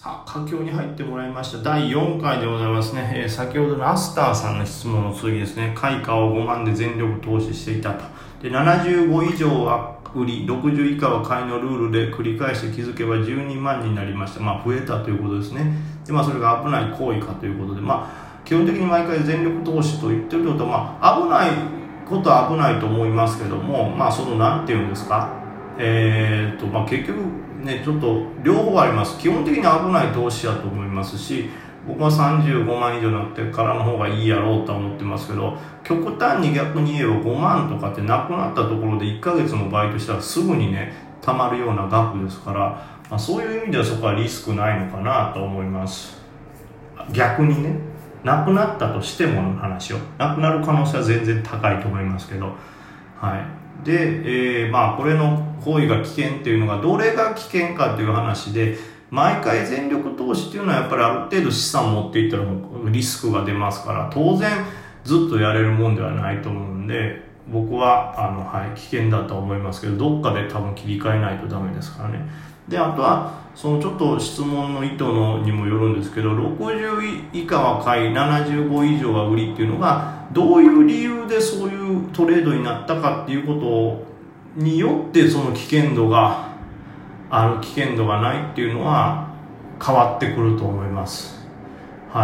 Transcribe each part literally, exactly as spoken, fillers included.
あ、佳境に入ってもらいました。だいよんかいでございますね。えー、先ほどのアスターさんの質問の続きですね。買い価をごまんで全力投資していたと。で、ななじゅうご以上は売り、ろくじゅう以下は買いのルールで繰り返して気づけばじゅうにまんになりました。まあ、増えたということですね。で、まあ、それが危ない行為かということで、まあ、基本的に毎回全力投資と言ってることは、まあ、危ないことは危ないと思いますけども、まあ、その、なんていうんですか。えーと、まあ、結局ね、ちょっと両方あります。基本的に危ない投資だと思いますし、僕はさんじゅうごまん以上になってからの方がいいやろうとは思ってますけど、極端に逆に言えばごまんとかってなくなったところでいっかげつのバイトしたらすぐにね、貯まるような額ですから、まあ、そういう意味ではそこはリスクないのかなと思います。逆にね、なくなったとしてもの話を、なくなる可能性は全然高いと思いますけど、はい。で、えー、まあこれの行為が危険っていうのがどれが危険かっていう話で、毎回全力投資っていうのはやっぱりある程度資産を持っていったらリスクが出ますから、当然ずっとやれるもんではないと思うんで、僕はあの、はい、危険だと思いますけど、どっかで多分切り替えないとダメですからね。で、あとはそのちょっと質問の意図のにもよるんですけど、ろくじゅう以下は買い、ななじゅうご以上は売りっていうのがどういう理由でそういうトレードになったかっていうことによって、その危険度がある、危険度がないっていうのは変わってくると思います。はい。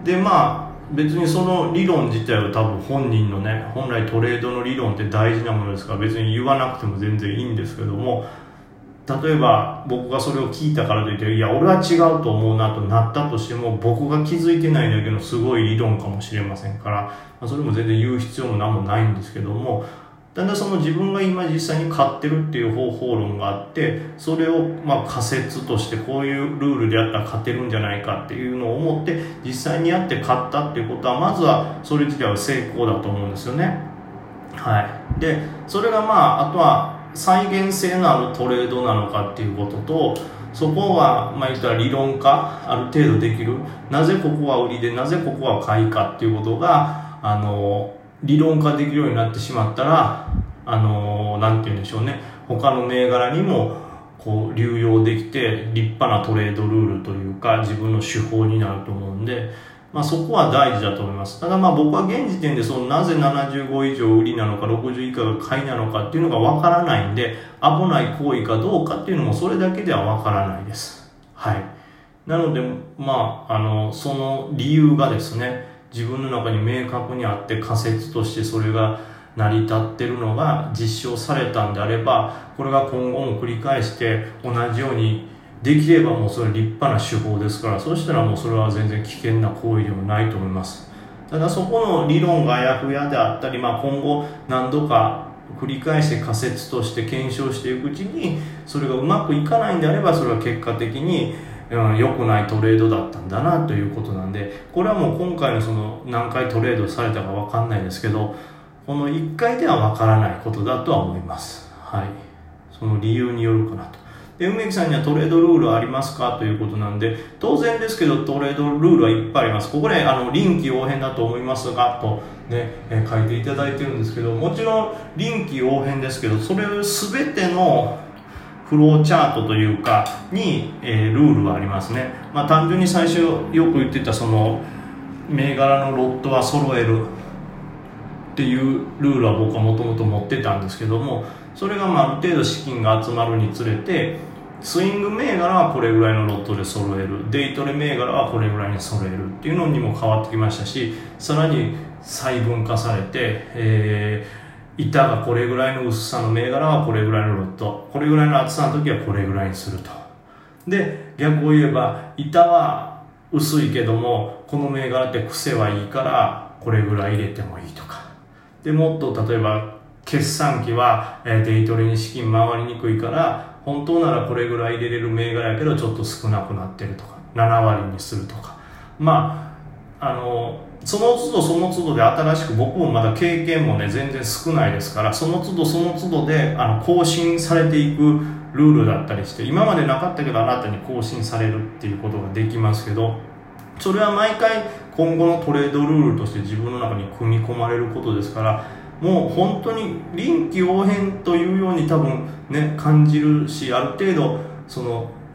で、まあ別にその理論自体は多分本人のね、本来トレードの理論って大事なものですから別に言わなくても全然いいんですけども、例えば僕がそれを聞いたからといっていや俺は違うと思うなとなったとしても、僕が気づいてないだけのすごい理論かもしれませんから、まあ、それも全然言う必要も何もないんですけども、だんだんその自分が今実際に買ってるっていう方法論があって、それをまあ仮説としてこういうルールでやったら勝てるんじゃないかっていうのを思って実際にやって買ったっていうことは、まずはそれ自体は成功だと思うんですよね。はい。でそれがまああとは再現性のあるトレードなのかっていうことと、そこはまあ言ったら理論化ある程度できる、なぜここは売りでなぜここは買いかっていうことがあの理論化できるようになってしまったら、あのなんて言うんでしょうね、他の銘柄にもこう流用できて立派なトレードルールというか自分の手法になると思うんで、まあ、そこは大事だと思います。ただまあ僕は現時点でそのなぜななじゅうご以上売りなのかろくじゅう以下が買いなのかっていうのがわからないんで、危ない行為かどうかっていうのもそれだけではわからないです。はい。なのでまああのその理由がですね、自分の中に明確にあって仮説としてそれが成り立ってるのが実証されたんであれば、これが今後も繰り返して同じようにできればもうそれ立派な手法ですから、そうしたらもうそれは全然危険な行為でもないと思います。ただそこの理論があやふやであったり、まあ、今後何度か繰り返して仮説として検証していくうちにそれがうまくいかないんであれば、それは結果的にうん、良くないトレードだったんだなということなんで、これはもう今回のその何回トレードされたか分かんないですけど、このいっかいでは分からないことだとは思います。はい。その理由によるかなと。で、梅木さんにはトレードルールありますかということなんで、当然ですけどトレードルールはいっぱいあります。ここであの臨機応変だと思いますがとね、え書いていただいてるんですけど、もちろん臨機応変ですけど、それを全てのフローチャートというかに、えー、ルールはありますね。まあ単純に最初よく言ってたその銘柄のロットは揃えるっていうルールは僕はもともと持ってたんですけども、それがまあある程度資金が集まるにつれて、スイング銘柄はこれぐらいのロットで揃える、デイトレ銘柄はこれぐらいに揃えるっていうのにも変わってきましたし、さらに細分化されて、えー、板がこれぐらいの薄さの銘柄はこれぐらいのロット、これぐらいの厚さの時はこれぐらいにすると。で、逆を言えば板は薄いけどもこの銘柄って癖はいいからこれぐらい入れてもいいとか。で、もっと例えば決算期はデイトレに資金回りにくいから本当ならこれぐらい入れれる銘柄やけどちょっと少なくなってるとか、ななわりにするとか、まああのその都度その都度で新しく、僕もまだ経験もね全然少ないですから、その都度その都度であの更新されていくルールだったりして、今までなかったけど新たに更新されるっていうことができますけど、それは毎回今後のトレードルールとして自分の中に組み込まれることですから、もう本当に臨機応変というように多分ね感じるし、ある程度その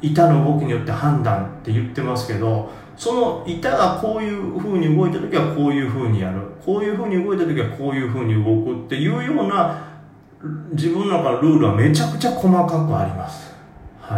板の動きによって判断って言ってますけど、その板がこういう風に動いた時はこういう風にやる、こういう風に動いた時はこういう風に動くっていうような自分の中のルールはめちゃくちゃ細かくあります。はい。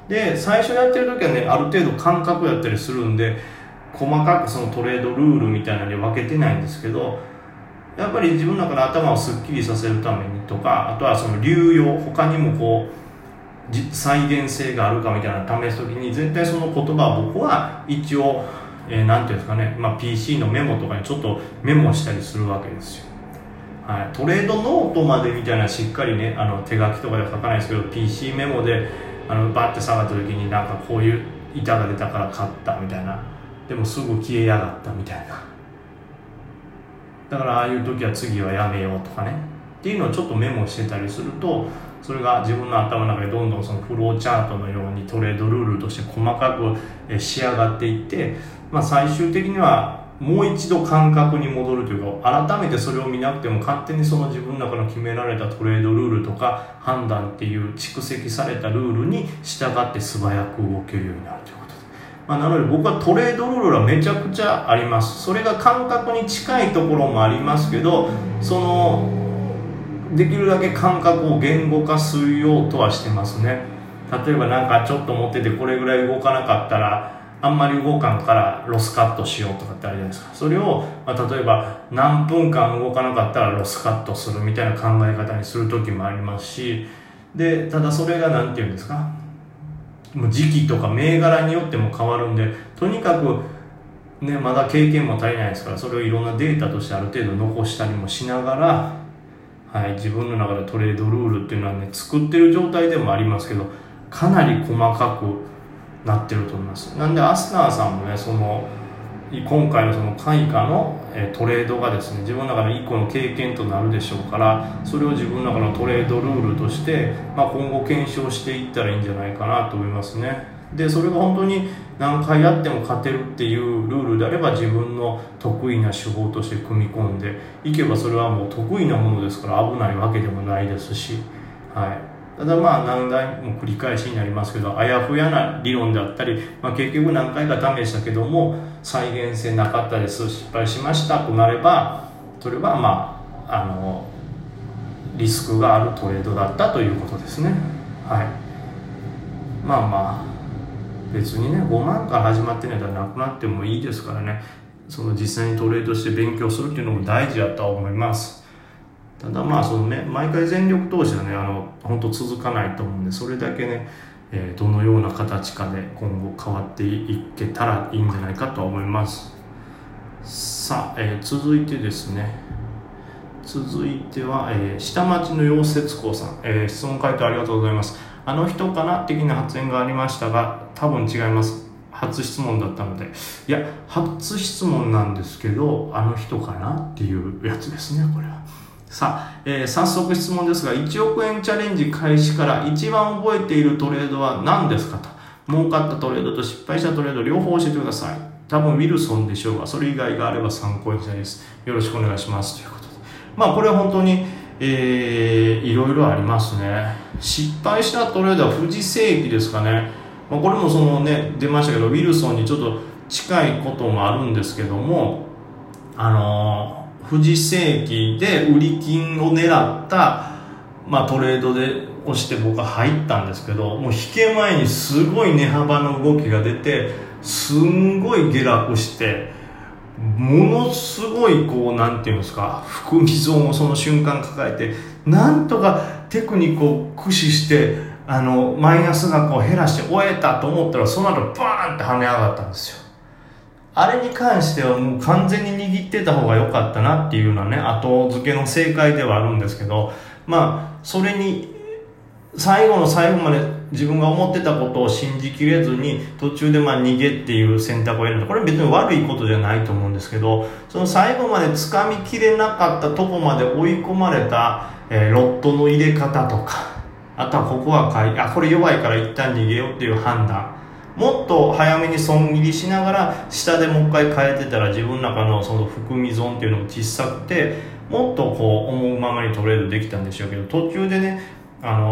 で、最初やってる時はね、ある程度感覚やったりするんで、細かくそのトレードルールみたいなのに分けてないんですけど、やっぱり自分の中の頭をすっきりさせるためにとか、あとはその流用、他にもこう再現性があるかみたいなのを試すときに、絶対その言葉を僕は一応、えー、なんていうんですかね、まあ、ピーシー のメモとかにちょっとメモしたりするわけですよ。はい、トレードノートまでみたいなしっかりね、あの手書きとかでは書かないですけど、 ピーシー メモであのバッて下がった時になんかこういう板が出たから買ったみたいな、でもすぐ消えやがったみたいな、だからああいう時は次はやめようとかねっていうのをちょっとメモしてたりすると、それが自分の頭の中でどんどんそのフローチャートのようにトレードルールとして細かく仕上がっていって、まあ、最終的にはもう一度感覚に戻るというか、改めてそれを見なくても勝手にその自分の中の決められたトレードルールとか判断っていう蓄積されたルールに従って素早く動けるようになるということで、まあ、なので僕はトレードルールはめちゃくちゃあります。それが感覚に近いところもありますけど、そのできるだけ感覚を言語化するようとはしてますね。例えばなんかちょっと持っててこれぐらい動かなかったらあんまり動かんからロスカットしようとかってあるじゃないですか。それを、まあ、例えば何分間動かなかったらロスカットするみたいな考え方にする時もありますし、でただそれが何て言うんですか、もう時期とか銘柄によっても変わるんで、とにかくね、まだ経験も足りないですから、それをいろんなデータとしてある程度残したりもしながら、はい、自分の中でトレードルールっていうのはね、作ってる状態でもありますけど、かなり細かくなってると思います。なんでアスナーさんもね、その今回のその開花のトレードがですね、自分の中の一個の経験となるでしょうから、それを自分の中のトレードルールとして、まあ、今後検証していったらいいんじゃないかなと思いますね。でそれが本当に何回やっても勝てるっていうルールであれば、自分の得意な手法として組み込んでいけば、それはもう得意なものですから危ないわけでもないですし、はい、ただまあ何回も繰り返しになりますけど、あやふやな理論であったり、まあ、結局何回か試したけども再現性なかったです、失敗しましたとなれば、それはまああのリスクがあるトレードだったということですね。はい、まあまあ別にね、ごまんから始まってないからなくなってもいいですからね、その実際にトレードして勉強するっていうのも大事だとは思います。ただまあそのね、毎回全力投資はね、あの本当続かないと思うんで、それだけね、えー、どのような形かで今後変わっていけたらいいんじゃないかと思います。さあ、えー、続いてですね続いては、えー、下町の陽節子さん、えー、質問回答ありがとうございます。あの人かな的な発言がありましたが、多分違います。初質問だったので、いや初質問なんですけど、あの人かなっていうやつですね、これは。さあ、えー、早速質問ですが、いちおくえんチャレンジ開始から一番覚えているトレードは何ですかと。儲かったトレードと失敗したトレード両方教えてください。多分ウィルソンでしょうが、それ以外があれば参考にしたいです。よろしくお願いしますということで、まあこれは本当に、えー、いろいろありますね。失敗したトレードは富士世紀ですかね。まあ、これもそのね出ましたけど、ウィルソンにちょっと近いこともあるんですけども、あのー、富士世紀で売り金を狙った、まあ、トレードで押して僕は入ったんですけど、もう引け前にすごい値幅の動きが出て、すんごい下落して、ものすごいこうなんていうんですか、含み損をその瞬間抱えて、なんとかテクニックを駆使してあのマイナス額を減らして終えたと思ったら、その後バーンって跳ね上がったんですよ。あれに関してはもう完全に握ってた方が良かったなっていうのはね、後付けの正解ではあるんですけど、まあそれに最後の最後まで自分が思ってたことを信じきれずに途中でまあ逃げっていう選択を選んだ。これは別に悪いことじゃないと思うんですけど、その最後まで掴みきれなかったとこまで追い込まれた、えー、ロットの入れ方とか、あとはここは買い、あこれ弱いから一旦逃げようっていう判断、もっと早めに損切りしながら下でもう一回変えてたら、自分の中のその含み損っていうのも小さくて、もっとこう思うままにトレードできたんでしょうけど、途中でね、あの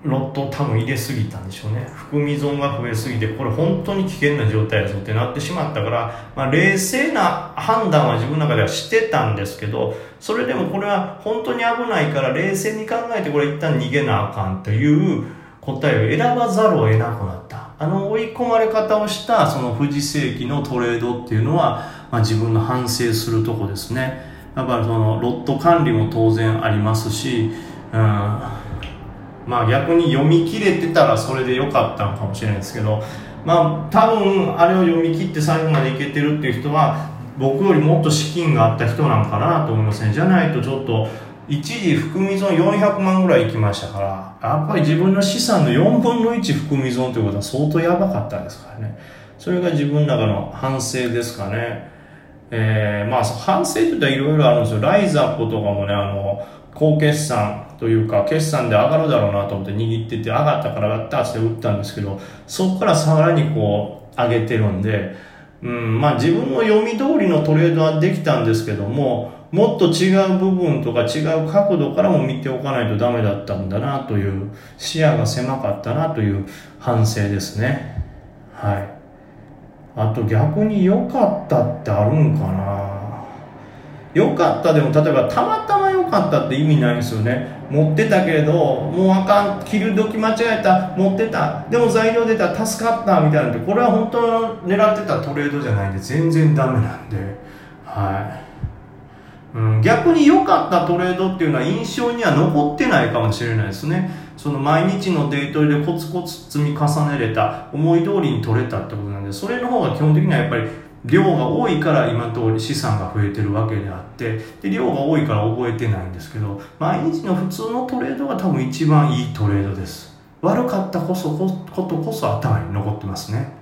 ロットを多分入れすぎたんでしょうね。含み損が増えすぎて、これ本当に危険な状態やぞってなってしまったから、まあ、冷静な判断は自分の中ではしてたんですけど、それでもこれは本当に危ないから冷静に考えてこれ一旦逃げなあかんという答えを選ばざるを得なくなった。あの追い込まれ方をしたその富士世紀のトレードっていうのは、まあ、自分の反省するとこですね。やっぱりそのロット管理も当然ありますし、うん、まあ逆に読み切れてたらそれで良かったのかもしれないですけど、まあ多分あれを読み切って最後までいけてるっていう人は僕よりもっと資金があった人なんかなと思いますね。じゃないとちょっと一時含み損よんひゃくまんぐらいいきましたから、やっぱり自分の資産のよんぶんのいち含み損ということは相当やばかったですからね。それが自分の中の反省ですかね。えー、まあ反省といったらいろいろあるんですよ。ライザップとかもね、あの高決算というか決算で上がるだろうなと思って握ってて、上がったからやったって打ったんですけど、そこからさらにこう上げてるんで、うん、まあ自分の読み通りのトレードはできたんですけども、もっと違う部分とか違う角度からも見ておかないとダメだったんだなという、視野が狭かったなという反省ですね。はい。あと逆に良かったってあるんかな。良かったでも例えばたまたま良かったって意味ないんですよね。持ってたけれどもうあかん、切る時間違えた、持ってた、でも材料出た、助かったみたいなのって、これは本当の狙ってたトレードじゃないんで全然ダメなんで、はい、うん、逆に良かったトレードっていうのは印象には残ってないかもしれないですね。その毎日のデイトレでコツコツ積み重ねれた、思い通りに取れたってことなんで、それの方が基本的にはやっぱり量が多いから今通り資産が増えてるわけであって、で量が多いから覚えてないんですけど、毎日の普通のトレードが多分一番いいトレードです。悪かったこそことこそ頭に残ってますね。